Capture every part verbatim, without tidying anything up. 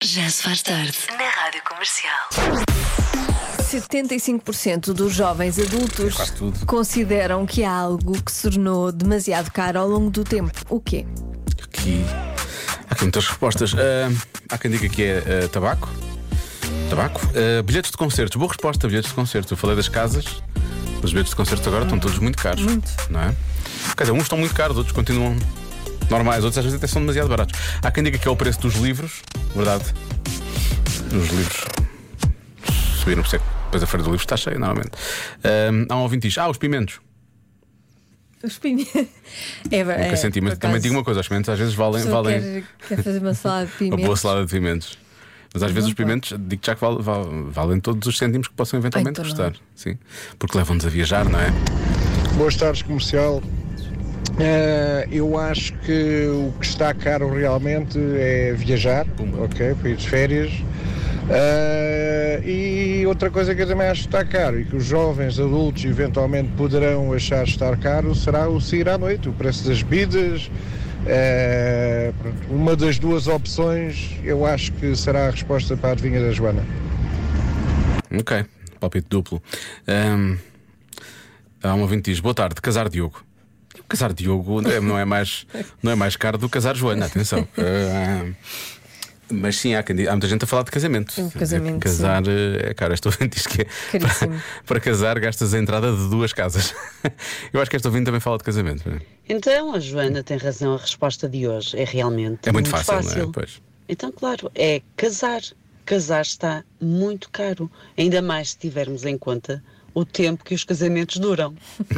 Já se faz tarde na Rádio Comercial. setenta e cinco por cento dos jovens adultos quase tudo. consideram que há algo que se tornou demasiado caro ao longo do tempo. O quê? Aqui há aqui muitas respostas. Ah, há quem diga que é ah, tabaco. Tabaco. Ah, bilhetes de concertos. Boa resposta, bilhetes de concertos. Eu falei das casas. Os bilhetes de concertos agora estão todos muito caros. Muito. Não é? Quer dizer, uns estão muito caros, outros continuam normais, outros às vezes até são demasiado baratos. Há quem diga que é o preço dos livros. Verdade. Os livros subiram por ser. Depois a feira do livro está cheia, normalmente. Ah, há um ouvinte que diz: Ah, os pimentos. Os pimentos. É, Nunca é, senti, mas por também acaso, digo uma coisa: os pimentos às vezes valem. a pessoa valem... Quer, quer fazer uma salada de Uma pimentos. boa salada de pimentos. Mas às vezes os pimentos, digo já que val, val, valem todos os cêntimos que possam eventualmente Ai, então não. custar. Sim. Porque levam-nos a viajar, não é? Boas tardes, comercial. Eh, eu acho que o que está caro realmente é viajar, Pumba. ok, para ir de férias. Eh, e outra coisa que eu também acho que está caro e que os jovens adultos eventualmente poderão achar estar caro será o sair à noite, o preço das bebidas. Eh, pronto, uma das duas opções eu acho que será a resposta para a adivinha da Joana. Ok, palpite duplo. Ahm, há um ouvinte que diz: Boa tarde, casar Diogo. Casar Diogo não é, não é mais, não é mais caro do que casar Joana, atenção. Ah, mas sim, há, quem diga- há muita gente a falar de casamento. Um casamento, Casar eh, é caro. Este ouvinte diz que é Caríssimo. para, para casar gastas a entrada de duas casas. Eu acho que este ouvinte também fala de casamento. não é? Então, a Joana tem razão, a resposta de hoje é realmente É muito fácil, não é? Pois. Então, claro, é casar. Casar está muito caro, ainda mais se tivermos em conta o tempo que os casamentos duram.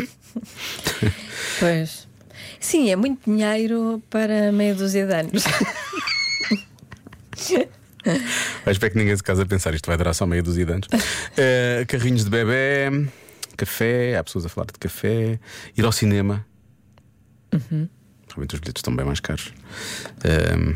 Pois. Sim, é muito dinheiro para meia dúzia de anos. Mas espero que ninguém se case a pensar, isto vai durar só meia dúzia de anos. Eh, carrinhos de bebê, café, há pessoas a falar de café, ir ao cinema. Realmente os bilhetes estão bem mais caros. Ehm,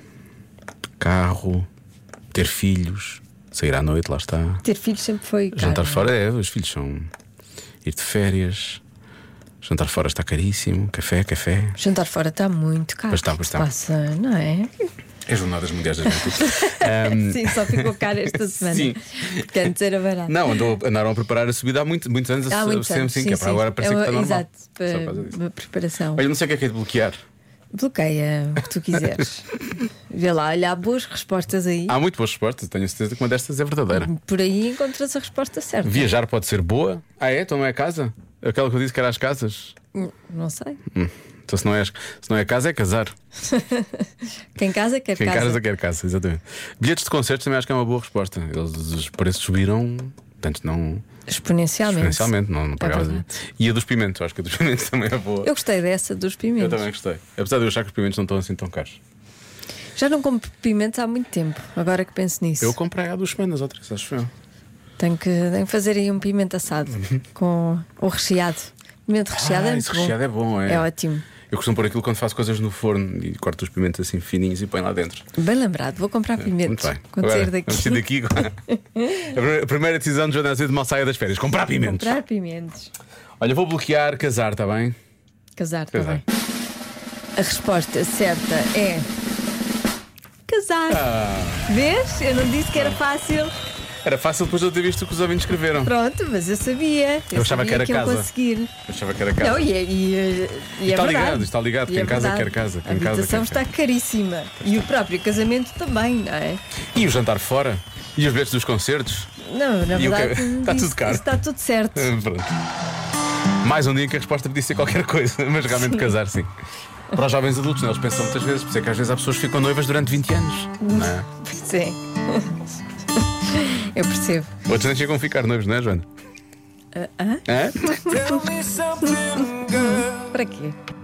carro, ter filhos, sair à noite, lá está. Ter filhos sempre foi caro. Jantar fora, é, os filhos são. Ir de férias. Jantar fora está caríssimo. Café, café. Jantar fora está muito caro. Pois está, O que pois se está. passa, não é? É Jornadas Mundiais da Juventude. Ehm, Sim, só ficou caro esta semana. Sim. Porque antes era barato. Não, andou, andaram a preparar a subida há muito, muitos anos. Há muitos sempre anos, sim, sim, que é para sim. agora parecer É que está uma- normal. Exato, Só por causa para disso. uma preparação. Olha, não sei o que é que é de bloquear. Bloqueia o que tu quiseres. Vê lá, olha, há boas respostas aí. Há muito boas respostas, tenho certeza que uma destas é verdadeira. Por aí encontras a resposta certa. Viajar pode ser boa? Ah, é? Então não é casa? Aquela que eu disse que era as casas? Hum, Não sei. Hum. Então se não, é, as- se não é casa, é casar. Quem casa quer Quem casa. casa quer casa, exatamente. Bilhetes de concertos também acho que é uma boa resposta. Eles, os preços subiram, portanto não. Exponencialmente. Exponencialmente, não, não pagavas. verdade. E a dos pimentos, acho que a dos pimentos também é boa. Eu gostei dessa dos Eu pimentos. também gostei. Apesar de eu achar que os pimentos não estão assim tão caros. Já não como pimentos há muito tempo, agora que penso nisso. Eu comprei há duas semanas ou três, acho eu. Tenho que, tenho que fazer aí um pimento assado com o recheado. Pimento recheado ah, é esse muito recheado bom. é bom, é. É ótimo. Eu costumo pôr aquilo quando faço coisas no forno e corto os pimentos assim fininhos e põe lá dentro. Bem lembrado, vou comprar pimentos Muito bem. quando Agora, sair daqui. vamos sair daqui. A primeira decisão de Joana de mal saia das férias: comprar pimentos. Comprar pimentos. Olha, vou bloquear casar, está bem? Casar Casar. também. A resposta certa é casar. Ah, Vês? Eu não disse que era fácil. era fácil depois de eu ter visto o que os ouvintes escreveram. Pronto, mas eu sabia. Eu, Eu achava sabia que era que eu casa. conseguir. Eu achava que era casa. Não, e é, e, e, e é está verdade. ligado, está ligado. E Quem é casa verdade. quer casa. Quem A casa habitação quer está casa. caríssima. E o próprio casamento também, não é? E o jantar fora? E os bilhetes dos concertos? Não, na E o verdade. que- está isso- tudo caro. isso Está tudo certo. Ah, Pronto. Mais um dia que a resposta podia ser qualquer coisa, mas realmente casar, sim. Para os jovens adultos, né? Eles pensam muitas vezes, por isso é que às vezes há pessoas que ficam noivas durante vinte anos. Não é? Sim. Eu percebo. Outros nem chegam a ficar noivos, não é, Joana? Ah, hã? Hã? Para quê?